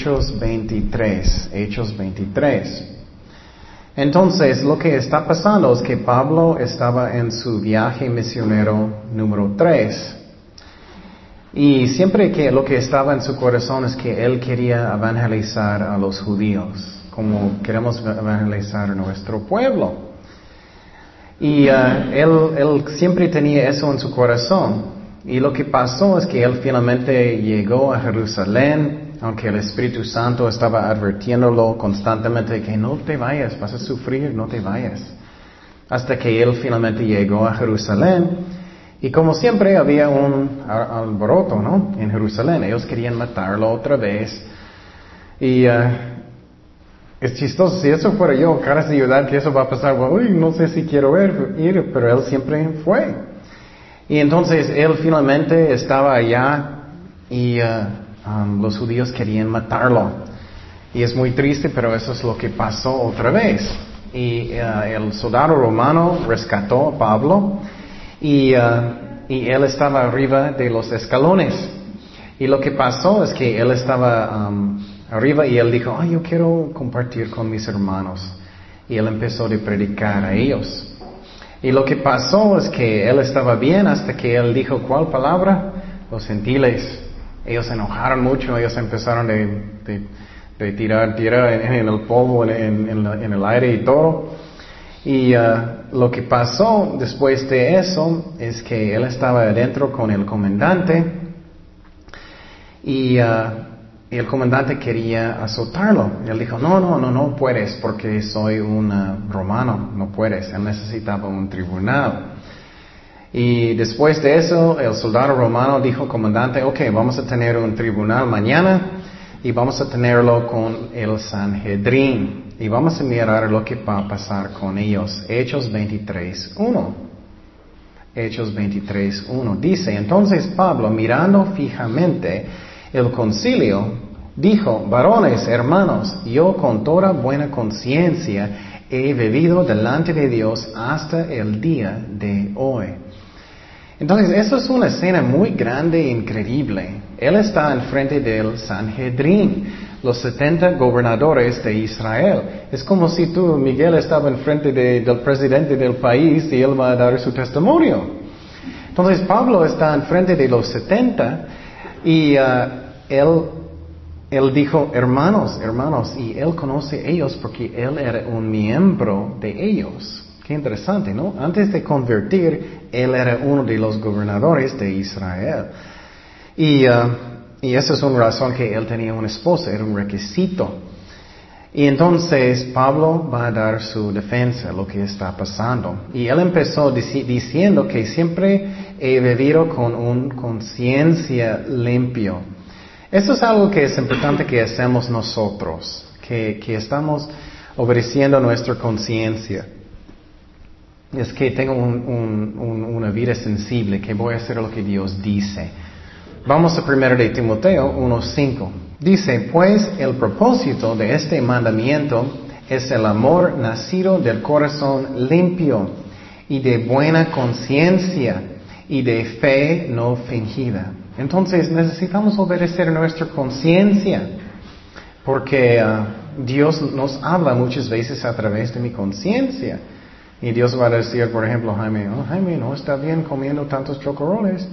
Hechos 23. Hechos 23. Entonces, lo que está pasando es que Pablo estaba en su viaje misionero número 3. Y siempre que lo que estaba en su corazón es que él quería evangelizar a los judíos, como queremos evangelizar a nuestro pueblo. Y él siempre tenía eso en su corazón. Y lo que pasó es que él finalmente llegó a Jerusalén, aunque el Espíritu Santo estaba advirtiéndolo constantemente que no te vayas, vas a sufrir, no te vayas. Hasta que él finalmente llegó a Jerusalén. Y como siempre había un alboroto, ¿no? En Jerusalén. Ellos querían matarlo otra vez. Y es chistoso. Si eso fuera yo, cada ciudad que eso va a pasar, bueno, uy, no sé si quiero ir, pero él siempre fue. Y entonces él finalmente estaba allá y los judíos querían matarlo. Y es muy triste, pero eso es lo que pasó otra vez. Y el soldado romano rescató a Pablo y él estaba arriba de los escalones. Y lo que pasó es que él estaba arriba y él dijo, yo quiero compartir con mis hermanos. Y él empezó a predicar a ellos. Y lo que pasó es que él estaba bien hasta que él dijo, ¿cuál palabra? Los gentiles. Ellos se enojaron mucho, ellos empezaron de tirar en el polvo, en el aire y todo. Y lo que pasó después de eso es que él estaba adentro con el comandante y el comandante quería azotarlo. Él dijo, no puedes porque soy un romano, no puedes. Él necesitaba un tribunal. Y después de eso, el soldado romano dijo al comandante, vamos a tener un tribunal mañana y vamos a tenerlo con el Sanhedrin. Y vamos a mirar lo que va a pasar con ellos. Hechos 23:1. Hechos 23:1 dice, entonces Pablo, mirando fijamente el concilio, dijo, varones, hermanos, yo con toda buena conciencia he vivido delante de Dios hasta el día de hoy. Entonces, eso es una escena muy grande e increíble. Él está enfrente del Sanhedrin, los 70 gobernadores de Israel. Es como si tú, Miguel, estaba enfrente del presidente del país y él va a dar su testimonio. Entonces, Pablo está enfrente de los 70 y él dijo, hermanos, y él conoce a ellos porque él era un miembro de ellos. Qué interesante, ¿no? Antes de convertir, él era uno de los gobernadores de Israel. Y esa es una razón que él tenía una esposa, era un requisito. Y entonces Pablo va a dar su defensa, lo que está pasando. Y él empezó diciendo que siempre he vivido con una conciencia limpio. Eso es algo que es importante que hacemos nosotros, que estamos obedeciendo nuestra conciencia. Es que tengo una vida sensible, que voy a hacer lo que Dios dice. Vamos a 1 de Timoteo 1:5. Dice, pues el propósito de este mandamiento es el amor nacido del corazón limpio y de buena conciencia y de fe no fingida. Entonces necesitamos obedecer nuestra conciencia porque Dios nos habla muchas veces a través de mi conciencia. Y Dios va a decir, por ejemplo, Jaime, no está bien comiendo tantos chocoroles.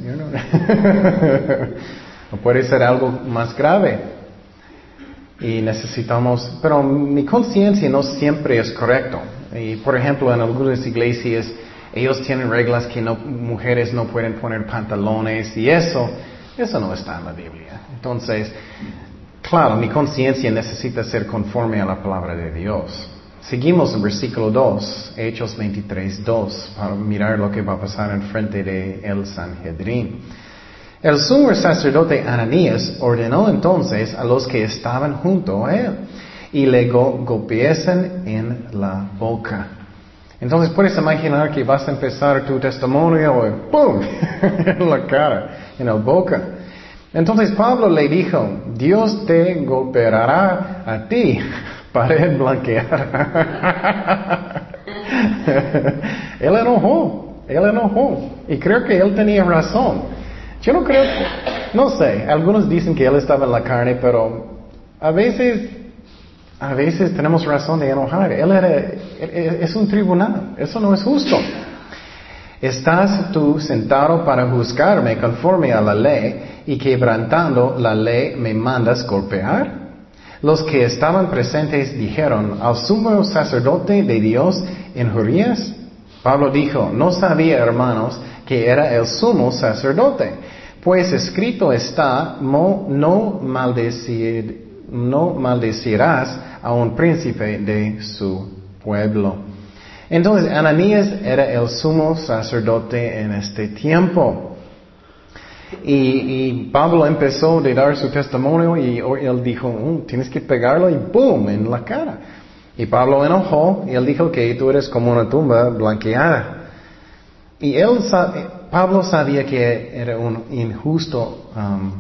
O puede ser algo más grave. Y necesitamos, pero mi conciencia no siempre es correcto. Y por ejemplo, en algunas iglesias, ellos tienen reglas que mujeres no pueden poner pantalones y eso no está en la Biblia. Entonces, claro, mi conciencia necesita ser conforme a la palabra de Dios. Seguimos en versículo 2, Hechos 23:2, para mirar lo que va a pasar en frente de el Sanhedrin. El sumo sacerdote Ananías ordenó entonces a los que estaban junto a él y le golpeasen en la boca. Entonces puedes imaginar que vas a empezar tu testimonio y ¡pum! en la cara, en la boca. Entonces Pablo le dijo, Dios te golpeará a ti. Pared blanquear. Él enojó. Y creo que él tenía razón. Yo no creo, no sé, algunos dicen que él estaba en la carne, pero A veces tenemos razón de enojar. Es un tribunal. Eso no es justo. ¿Estás tú sentado para juzgarme conforme a la ley y quebrantando la ley me mandas golpear? Los que estaban presentes dijeron, ¿al sumo sacerdote de Dios injurias? Pablo dijo, no sabía, hermanos, que era el sumo sacerdote, pues escrito está, no maldecirás a un príncipe de su pueblo. Entonces, Ananías era el sumo sacerdote en este tiempo. Y Pablo empezó a dar su testimonio y él dijo, tienes que pegarlo y ¡boom! En la cara. Y Pablo enojó y él dijo que tú eres como una tumba blanqueada. Y Pablo sabía que era un injusto,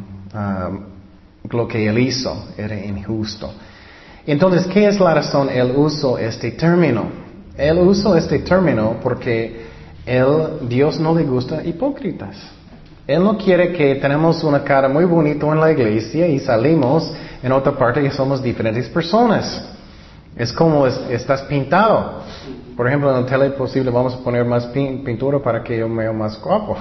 lo que él hizo era injusto. Entonces, ¿qué es la razón? Él usó este término. Él usó este término porque Dios no le gusta hipócritas. Él no quiere que tenemos una cara muy bonita en la iglesia y salimos en otra parte y somos diferentes personas. Es como estás pintado. Por ejemplo, en la tele posible vamos a poner más pintura para que yo me vea más guapo.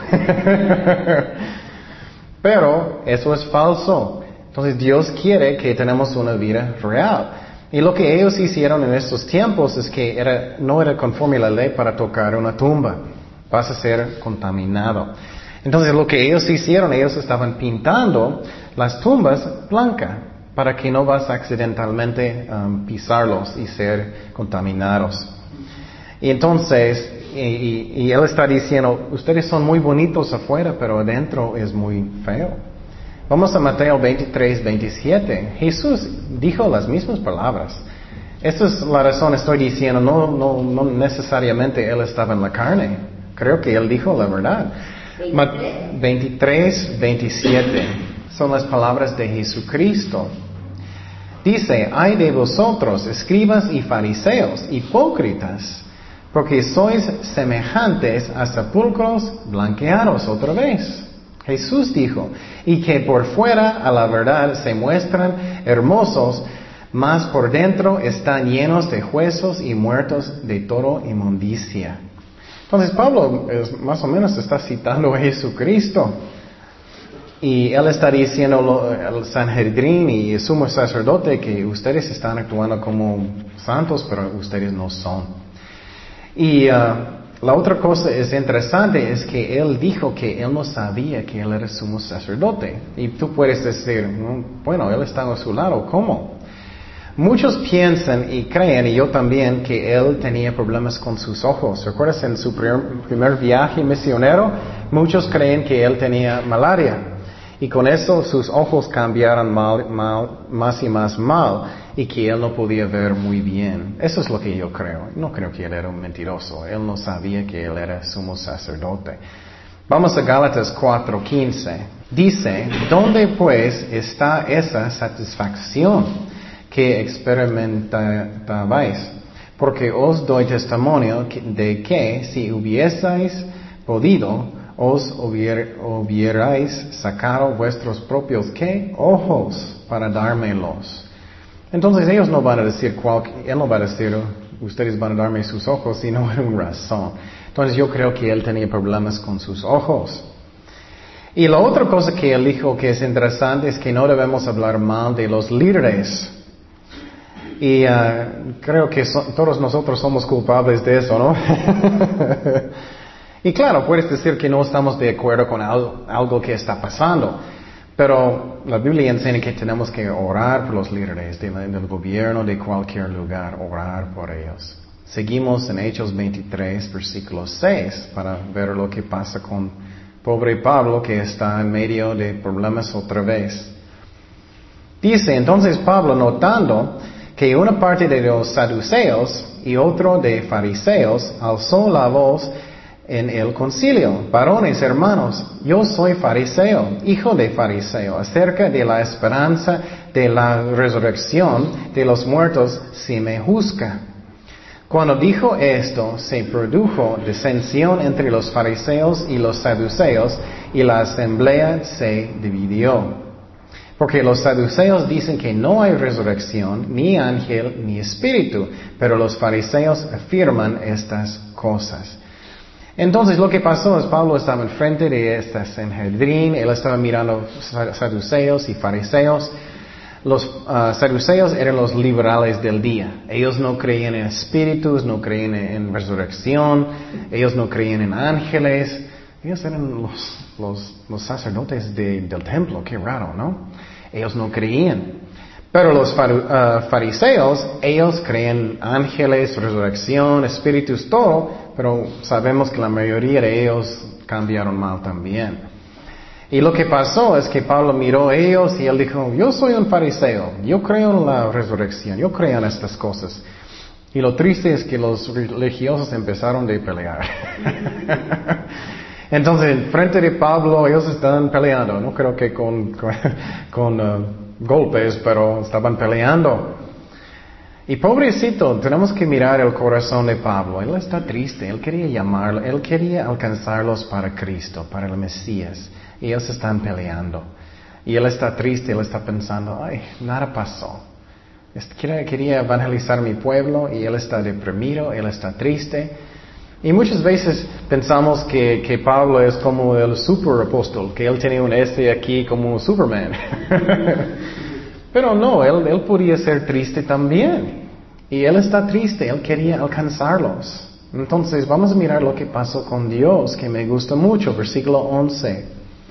Pero eso es falso. Entonces Dios quiere que tenemos una vida real. Y lo que ellos hicieron en estos tiempos es que no era conforme a la ley para tocar una tumba. Vas a ser contaminado. Entonces lo que ellos hicieron, ellos estaban pintando las tumbas blancas para que no vas a accidentalmente pisarlos y ser contaminados. Y entonces, y él está diciendo, ustedes son muy bonitos afuera, pero adentro es muy feo. Vamos a Mateo 23, 27. Jesús dijo las mismas palabras. Esta es la razón, estoy diciendo, no necesariamente él estaba en la carne. Creo que él dijo la verdad. 23, 27. Son las palabras de Jesucristo. Dice, ay de vosotros, escribas y fariseos, hipócritas, porque sois semejantes a sepulcros blanqueados otra vez. Jesús dijo, y que por fuera a la verdad se muestran hermosos, mas por dentro están llenos de huesos y muertos de toda inmundicia. Entonces Pablo más o menos está citando a Jesucristo. Y él está diciendo al Sanhedrin y el sumo sacerdote que ustedes están actuando como santos, pero ustedes no son. Y la otra cosa es interesante es que él dijo que él no sabía que él era sumo sacerdote. Y tú puedes decir, bueno, él está a su lado, ¿cómo? Muchos piensan y creen, y yo también, que él tenía problemas con sus ojos. ¿Recuerdas en su primer viaje misionero? Muchos creen que él tenía malaria. Y con eso sus ojos cambiaron más y más mal y que él no podía ver muy bien. Eso es lo que yo creo. No creo que él era un mentiroso. Él no sabía que él era sumo sacerdote. Vamos a Gálatas 4:15. Dice, ¿dónde pues está esa satisfacción que experimentabais? Porque os doy testimonio de que si hubieseis podido, os hubierais sacado vuestros propios, ¿qué? Ojos para dármelos. Entonces ellos no van a decir, él no va a decir, ustedes van a darme sus ojos, sino en razón. Entonces yo creo que él tenía problemas con sus ojos. Y la otra cosa que él dijo que es interesante es que no debemos hablar mal de los líderes. Y creo que todos nosotros somos culpables de eso, ¿no? Y claro, puedes decir que no estamos de acuerdo con algo que está pasando, pero la Biblia enseña que tenemos que orar por los líderes del gobierno, de cualquier lugar, orar por ellos. Seguimos en Hechos 23, versículo 6, para ver lo que pasa con pobre Pablo, que está en medio de problemas otra vez. Dice, entonces Pablo, notando que una parte de los saduceos y otro de fariseos, alzó la voz en el concilio, varones, hermanos, yo soy fariseo, hijo de fariseo, acerca de la esperanza de la resurrección de los muertos, si me juzga. Cuando dijo esto, se produjo disensión entre los fariseos y los saduceos, y la asamblea se dividió. Porque los saduceos dicen que no hay resurrección, ni ángel, ni espíritu, pero los fariseos afirman estas cosas. Entonces lo que pasó es Pablo estaba enfrente de este Sanhedrin, él estaba mirando saduceos y fariseos. Los saduceos eran los liberales del día. Ellos no creían en espíritus, no creían en resurrección, ellos no creían en ángeles. Ellos eran los sacerdotes del templo, qué raro, ¿no? Ellos no creían. Pero los fariseos, ellos creen ángeles, resurrección, espíritus, todo, pero sabemos que la mayoría de ellos cambiaron mal también. Y lo que pasó es que Pablo miró a ellos y él dijo, yo soy un fariseo, yo creo en la resurrección, yo creo en estas cosas. Y lo triste es que los religiosos empezaron a pelear. Entonces, en frente de Pablo, ellos estaban peleando, no creo que con golpes, pero estaban peleando. Y pobrecito, tenemos que mirar el corazón de Pablo. Él está triste, él quería llamarlo, él quería alcanzarlos para Cristo, para el Mesías. Y ellos están peleando. Y él está triste, él está pensando, ay, nada pasó. Quería evangelizar mi pueblo y él está deprimido, él está triste. Y muchas veces pensamos que Pablo es como el super apóstol, que él tiene un aquí como Superman. Pero no, él podía ser triste también. Y él está triste, él quería alcanzarlos. Entonces vamos a mirar lo que pasó con Dios, que me gusta mucho, versículo 11.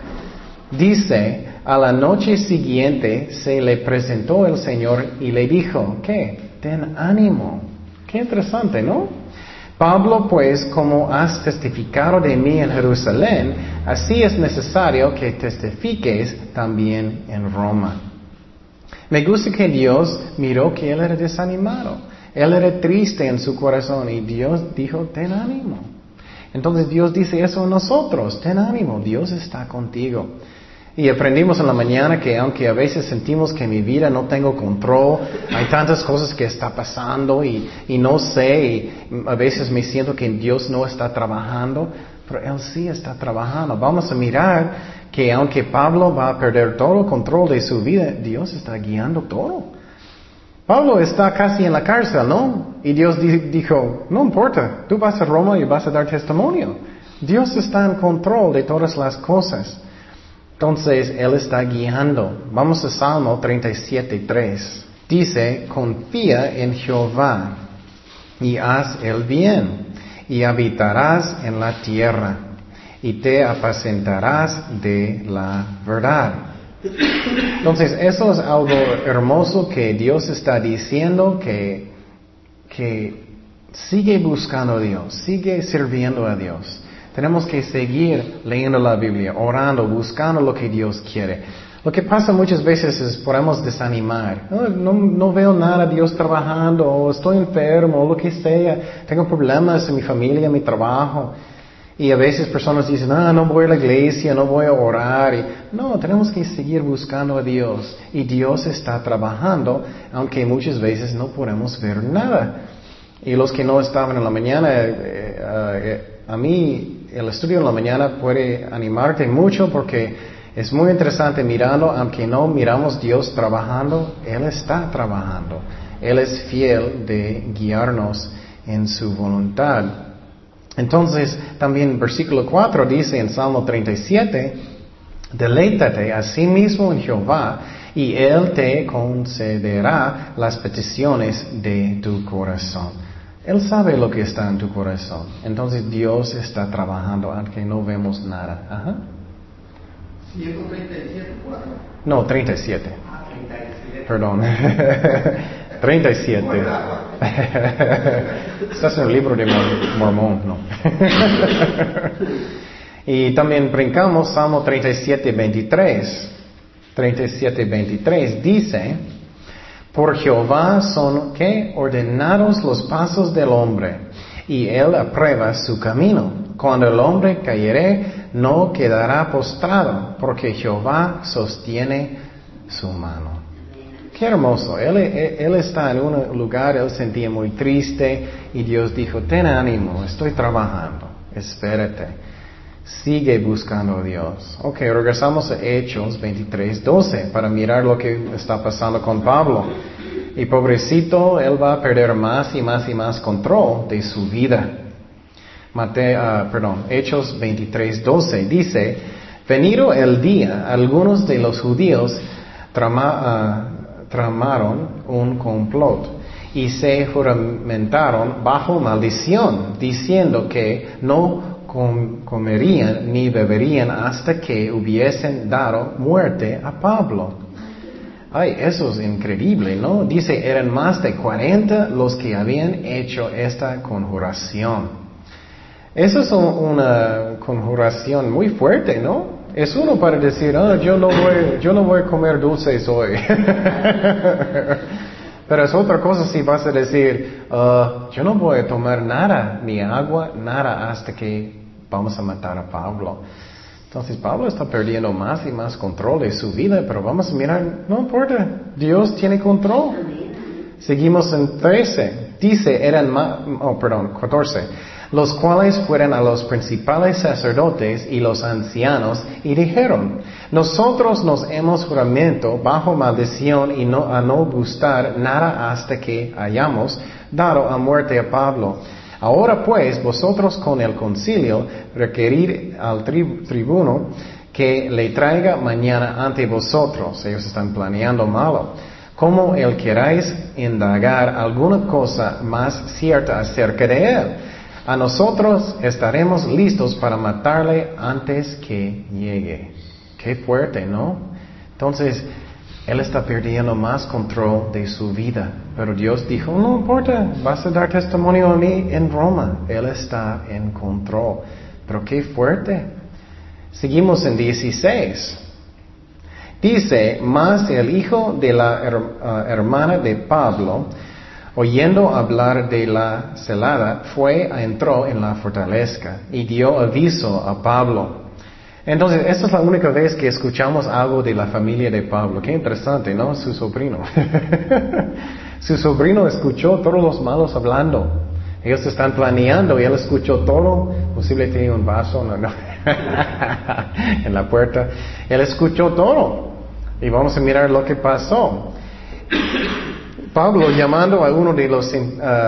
Dice, a la noche siguiente se le presentó el Señor y le dijo, ¿qué? Ten ánimo. Qué interesante, ¿no? Pablo, pues, como has testificado de mí en Jerusalén, así es necesario que testifiques también en Roma. Me gusta que Dios miró que él era desanimado. Él era triste en su corazón y Dios dijo, ten ánimo. Entonces Dios dice eso a nosotros, ten ánimo, Dios está contigo. Y aprendimos en la mañana que aunque a veces sentimos que en mi vida no tengo control, hay tantas cosas que está pasando y no sé, y a veces me siento que Dios no está trabajando, pero Él sí está trabajando. Vamos a mirar que aunque Pablo va a perder todo el control de su vida, Dios está guiando todo. Pablo está casi en la cárcel, ¿no? Y Dios dijo, no importa, tú vas a Roma y vas a dar testimonio. Dios está en control de todas las cosas. Entonces, Él está guiando. Vamos a Salmo 37:3. Dice, confía en Jehová y haz el bien, y habitarás en la tierra, y te apacentarás de la verdad. Entonces, eso es algo hermoso que Dios está diciendo, que sigue buscando a Dios, sigue sirviendo a Dios. Tenemos que seguir leyendo la Biblia, orando, buscando lo que Dios quiere. Lo que pasa muchas veces es podemos desanimar. No veo nada Dios trabajando, o estoy enfermo, o lo que sea. Tengo problemas en mi familia, en mi trabajo. Y a veces personas dicen, no voy a la iglesia, no voy a orar. No, tenemos que seguir buscando a Dios. Y Dios está trabajando, aunque muchas veces no podemos ver nada. Y los que no estaban en la mañana, a mí el estudio en la mañana puede animarte mucho porque es muy interesante mirando, aunque no miramos Dios trabajando, Él está trabajando. Él es fiel de guiarnos en su voluntad. Entonces, también versículo 4 dice en Salmo 37, deleítate a sí mismo en Jehová y Él te concederá las peticiones de tu corazón. Él sabe lo que está en tu corazón. Entonces Dios está trabajando aunque no vemos nada. Ajá. 137, 4. No, 37. 37. Perdón. 37. Estás en el libro de Mormón, ¿no? Y también brincamos Salmo 37:23. 37:23 dice, por Jehová son, ¿qué? Ordenados los pasos del hombre, y Él aprueba su camino. Cuando el hombre cayere, no quedará postrado, porque Jehová sostiene su mano. Qué hermoso. Él está en un lugar, él sentía muy triste, y Dios dijo, ten ánimo, estoy trabajando, espérate. Sigue buscando a Dios. Ok, regresamos a Hechos 23:12 para mirar lo que está pasando con Pablo. Y pobrecito, él va a perder más y más y más control de su vida. Hechos 23:12 dice, venido el día, algunos de los judíos tramaron un complot y se juramentaron bajo maldición, diciendo que no comerían ni beberían hasta que hubiesen dado muerte a Pablo. Ay, eso es increíble, ¿no? Dice, eran más de 40 los que habían hecho esta conjuración. Eso es una conjuración muy fuerte, ¿no? Es uno para decir, yo no voy a comer dulces hoy. Pero es otra cosa si vas a decir, yo no voy a tomar nada, ni agua, nada, hasta que vamos a matar a Pablo. Entonces Pablo está perdiendo más y más control de su vida, pero vamos a mirar, no importa, Dios tiene control. Seguimos en 13. Dice, 14. Los cuales fueron a los principales sacerdotes y los ancianos y dijeron, nosotros nos hemos juramento bajo maldición y a no gustar nada hasta que hayamos dado a muerte a Pablo. Ahora pues, vosotros con el concilio requerir al tribuno que le traiga mañana ante vosotros. Ellos están planeando malo. Como él queráis indagar alguna cosa más cierta acerca de él. A nosotros estaremos listos para matarle antes que llegue. Qué fuerte, ¿no? Entonces, él está perdiendo más control de su vida. Pero Dios dijo, no importa, vas a dar testimonio a mí en Roma. Él está en control. Pero qué fuerte. Seguimos en 16. Dice, mas el hijo de la hermana de Pablo, oyendo hablar de la celada, entró en la fortaleza y dio aviso a Pablo. Entonces, esta es la única vez que escuchamos algo de la familia de Pablo. Qué interesante, ¿no? Su sobrino. Su sobrino escuchó todos los malos hablando. Ellos están planeando y él escuchó todo. Posible tiene un vaso, no. En la puerta. Él escuchó todo. Y vamos a mirar lo que pasó. Pablo, llamando a uno de los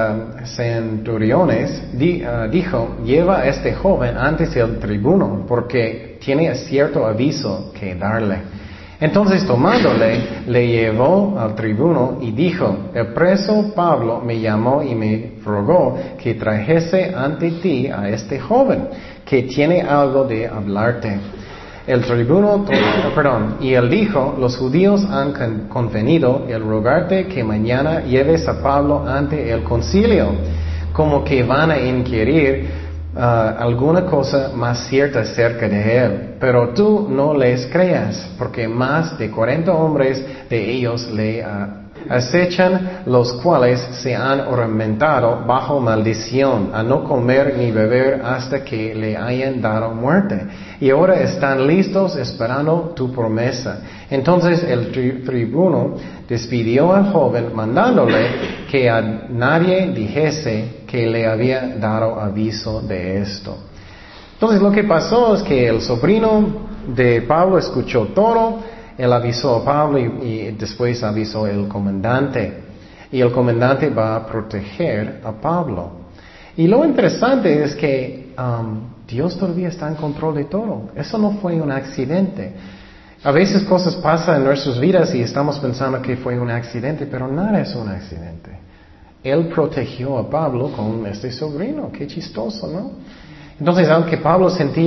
centuriones, dijo, lleva a este joven antes el tribuno, porque tiene cierto aviso que darle. Entonces, tomándole, le llevó al tribuno y dijo, el preso Pablo me llamó y me rogó que trajese ante ti a este joven, que tiene algo de hablarte. El tribuno, y él dijo, los judíos han convenido el rogarte que mañana lleves a Pablo ante el concilio, como que van a inquirir alguna cosa más cierta acerca de él. Pero tú no les creas, porque más de 40 hombres de ellos le acechan, los cuales se han ornamentado bajo maldición a no comer ni beber hasta que le hayan dado muerte. Y ahora están listos esperando tu promesa. Entonces el tribuno despidió al joven mandándole que a nadie dijese que le había dado aviso de esto. Entonces lo que pasó es que el sobrino de Pablo escuchó todo. Él avisó a Pablo y después avisó el comandante. Y el comandante va a proteger a Pablo. Y lo interesante es que Dios todavía está en control de todo. Eso no fue un accidente. A veces cosas pasan en nuestras vidas y estamos pensando que fue un accidente, pero nada es un accidente. Él protegió a Pablo con este sobrino. Qué chistoso, ¿no? Entonces, aunque Pablo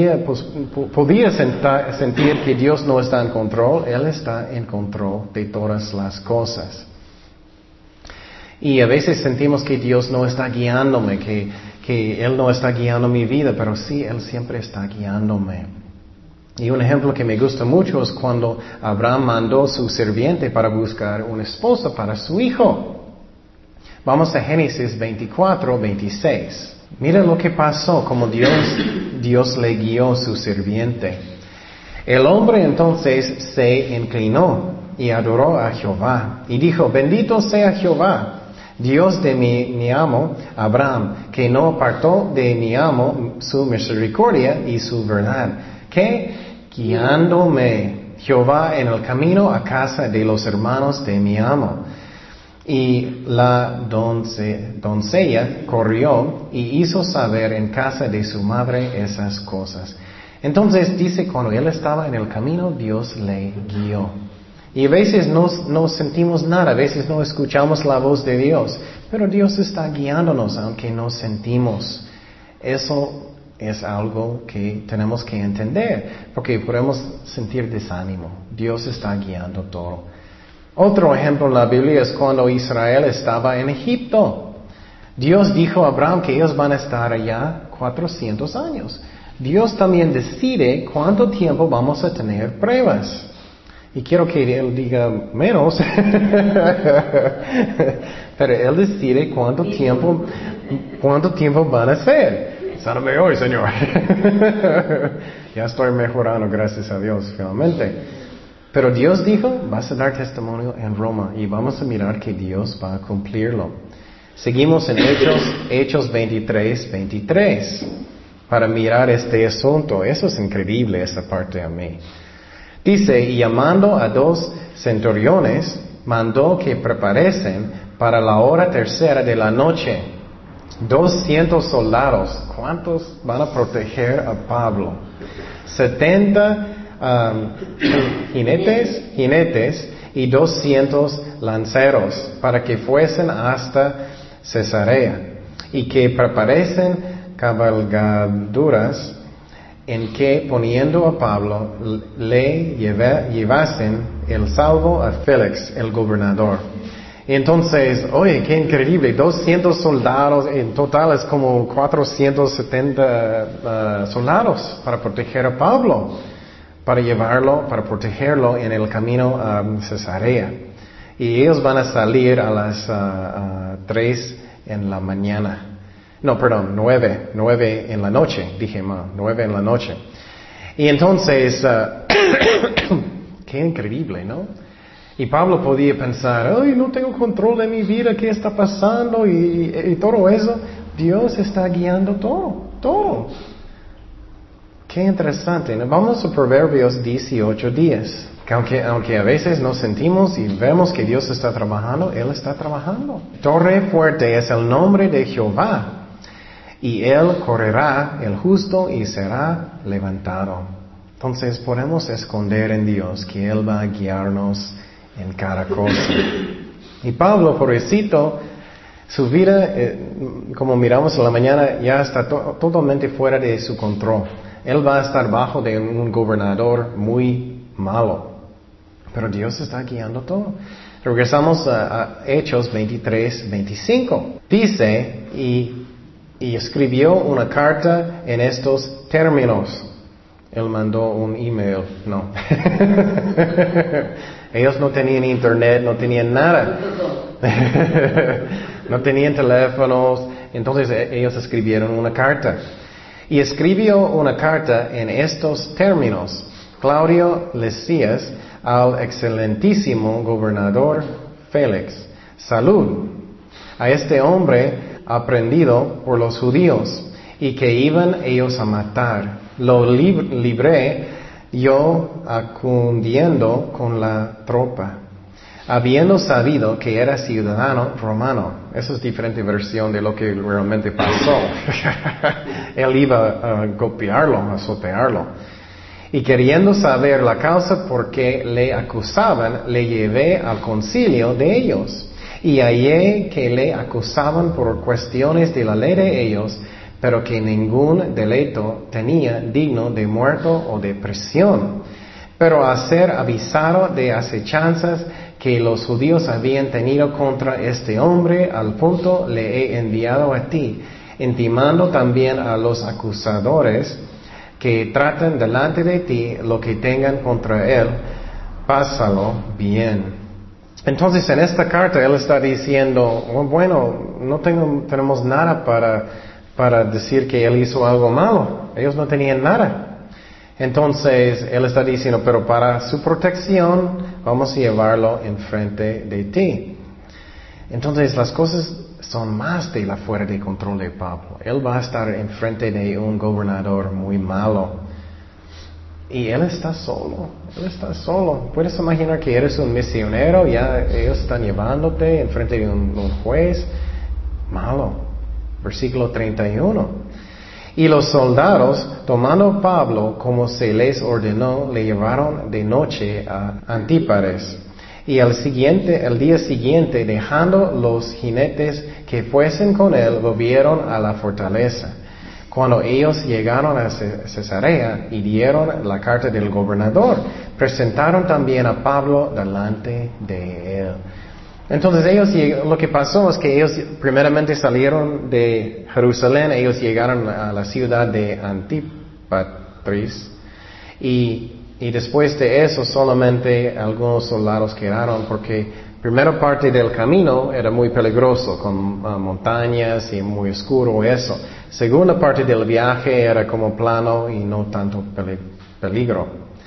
podía sentir que Dios no está en control, Él está en control de todas las cosas. Y a veces sentimos que Dios no está guiándome, que Él no está guiando mi vida, pero sí, Él siempre está guiándome. Y un ejemplo que me gusta mucho es cuando Abraham mandó a su sirviente para buscar una esposa para su hijo. Vamos a Génesis 24:26. Mira lo que pasó, como Dios le guió a su sirviente. El hombre entonces se inclinó y adoró a Jehová y dijo, bendito sea Jehová, Dios de mi amo Abraham, que no apartó de mi amo su misericordia y su verdad, que guiándome Jehová en el camino a casa de los hermanos de mi amo. Y la doncella corrió y hizo saber en casa de su madre esas cosas. Entonces dice, cuando él estaba en el camino, Dios le guió. Y a veces no sentimos nada, a veces no escuchamos la voz de Dios, pero Dios está guiándonos aunque no sentimos. Eso es algo que tenemos que entender, porque podemos sentir desánimo. Dios está guiando todo. Otro ejemplo en la Biblia es cuando Israel estaba en Egipto. Dios dijo a Abraham que ellos van a estar allá 400 años. Dios también decide cuánto tiempo vamos a tener pruebas. Y quiero que Él diga menos, pero Él decide cuánto tiempo van a ser. Sáname hoy, Señor. Ya estoy mejorando, gracias a Dios, finalmente. Pero Dios dijo, vas a dar testimonio en Roma y vamos a mirar que Dios va a cumplirlo. Seguimos en Hechos 23 para mirar este asunto. Eso es increíble, esa parte a mí. Dice, y llamando a 2 centuriones, mandó que preparesen para la hora tercera de la noche 200 soldados. ¿Cuántos van a proteger a Pablo? 70 jinetes y 200 lanceros para que fuesen hasta Cesarea y que preparesen cabalgaduras en que poniendo a Pablo le llevasen el salvo a Félix, el gobernador. Entonces, oye, qué increíble, 200 soldados, en total es como 470 soldados para proteger a Pablo, para protegerlo en el camino a Cesarea. Y ellos van a salir a las 3 en la mañana. No, perdón, 9 en la noche, dije mal, 9 en la noche. Y entonces, qué increíble, ¿no? Y Pablo podía pensar, ay, no tengo control de mi vida, ¿qué está pasando? Y todo eso, Dios está guiando todo. Qué interesante, ¿no? Vamos a Proverbios 18:10. Aunque a veces nos sentimos y vemos que Dios está trabajando, Él está trabajando. Torre fuerte es el nombre de Jehová. Y Él correrá el justo y será levantado. Entonces podemos esconder en Dios que Él va a guiarnos en cada cosa. Y Pablo, pobrecito, su vida, como miramos en la mañana, ya está totalmente fuera de su control. Él va a estar bajo de un gobernador muy malo. Pero Dios está guiando todo. Regresamos a Hechos 23:25. Dice, y escribió una carta en estos términos. Él mandó un email. No. Ellos no tenían internet, no tenían nada. No tenían teléfonos. Entonces ellos escribieron una carta. Y escribió una carta en estos términos. Claudio Lisias al excelentísimo gobernador Félix. Salud a este hombre aprendido por los judíos y que iban ellos a matar. Lo libré yo acudiendo con la tropa, habiendo sabido que era ciudadano romano. Esa es diferente versión de lo que realmente pasó. Él iba a golpearlo, a azotearlo. Y queriendo saber la causa por qué le acusaban, le llevé al concilio de ellos. Y hallé que le acusaban por cuestiones de la ley de ellos, pero que ningún delito tenía digno de muerto o de prisión. Pero a ser avisado de acechanzas que los judíos habían tenido contra este hombre, al punto le he enviado a ti, intimando también a los acusadores que traten delante de ti lo que tengan contra él, pásalo bien. Entonces en esta carta él está diciendo, oh, bueno, no tenemos nada para decir que él hizo algo malo. Ellos no tenían nada. Entonces él está diciendo, pero para su protección vamos a llevarlo enfrente de ti. Entonces las cosas son más de la fuera de control de Pablo. Él va a estar enfrente de un gobernador muy malo. Y él está solo. Él está solo. ¿Puedes imaginar que eres un misionero? Ya ellos están llevándote enfrente de un juez malo. Versículo 31. Y los soldados, tomando a Pablo como se les ordenó, le llevaron de noche a Antípares. Y el día siguiente, dejando los jinetes que fuesen con él, volvieron a la fortaleza. Cuando ellos llegaron a Cesarea y dieron la carta del gobernador, presentaron también a Pablo delante de él. Entonces lo que pasó es que ellos primeramente salieron de Jerusalén, ellos llegaron a la ciudad de Antípatris y después de eso solamente algunos soldados quedaron porque primera parte del camino era muy peligroso con montañas y muy oscuro eso. Segunda parte del viaje era como plano y no tanto peligro.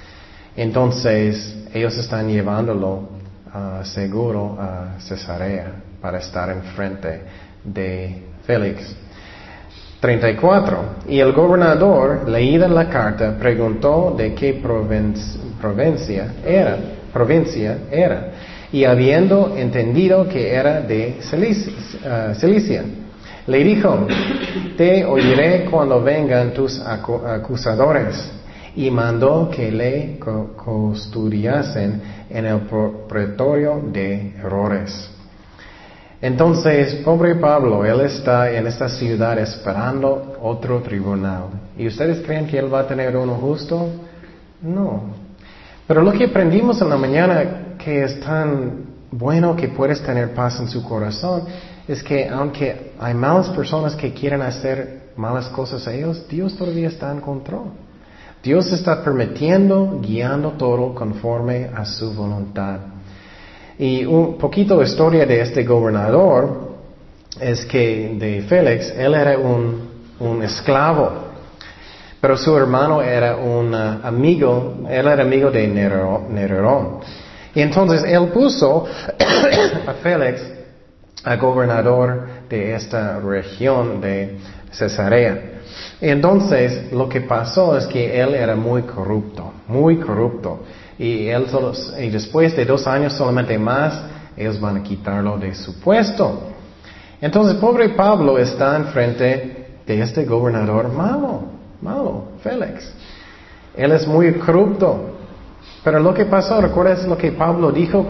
Entonces ellos están llevándolo seguro a Cesarea para estar enfrente de Félix. 34. Y el gobernador, leída la carta, preguntó de qué provincia era, y habiendo entendido que era de Cilicia, le dijo, te oiré cuando vengan tus acusadores. Y mandó que le custodiasen en el pretorio de Herodes. Entonces, pobre Pablo, él está en esta ciudad esperando otro tribunal. ¿Y ustedes creen que él va a tener uno justo? No. Pero lo que aprendimos en la mañana, que es tan bueno que puedes tener paz en su corazón, es que aunque hay malas personas que quieren hacer malas cosas a ellos, Dios todavía está en control. Dios está permitiendo, guiando todo conforme a su voluntad. Y un poquito de historia de este gobernador es que de Félix, él era un esclavo, pero su hermano era un amigo, él era amigo de Nerón. Y entonces él puso a Félix a gobernador de esta región de Cesarea. Entonces, lo que pasó es que él era muy corrupto. Y después de 2 años solamente más, ellos van a quitarlo de su puesto. Entonces, pobre Pablo está enfrente de este gobernador malo, Félix. Él es muy corrupto. Pero lo que pasó, ¿recuerdas lo que Pablo dijo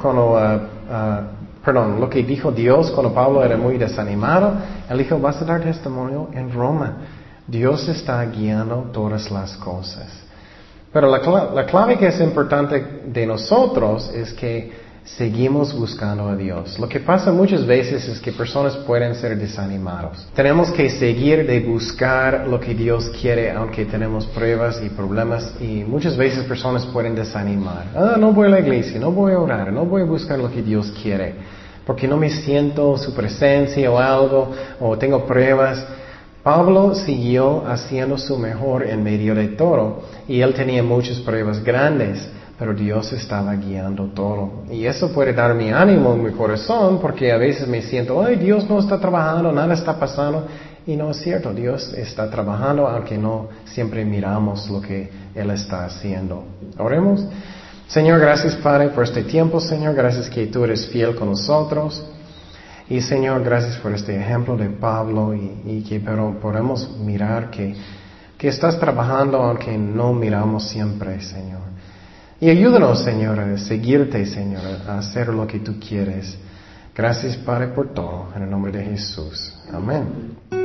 lo que dijo Dios cuando Pablo era muy desanimado? Él dijo, vas a dar testimonio en Roma. Dios está guiando todas las cosas. Pero la clave que es importante de nosotros es que seguimos buscando a Dios. Lo que pasa muchas veces es que personas pueden ser desanimados. Tenemos que seguir de buscar lo que Dios quiere, aunque tenemos pruebas y problemas, y muchas veces personas pueden desanimar. No voy a la iglesia, no voy a orar, no voy a buscar lo que Dios quiere, porque no me siento su presencia o algo, o tengo pruebas. Pablo siguió haciendo su mejor en medio de todo, y él tenía muchas pruebas grandes, pero Dios estaba guiando todo. Y eso puede dar mi ánimo en mi corazón, porque a veces me siento, Dios no está trabajando, nada está pasando. Y no es cierto, Dios está trabajando, aunque no siempre miramos lo que Él está haciendo. Oremos. Señor, gracias Padre por este tiempo, Señor, gracias que tú eres fiel con nosotros. Y Señor, gracias por este ejemplo de Pablo y que podemos mirar que estás trabajando aunque no miramos siempre, Señor. Y ayúdanos, Señor, a seguirte, Señor, a hacer lo que tú quieres. Gracias, Padre, por todo. En el nombre de Jesús. Amén.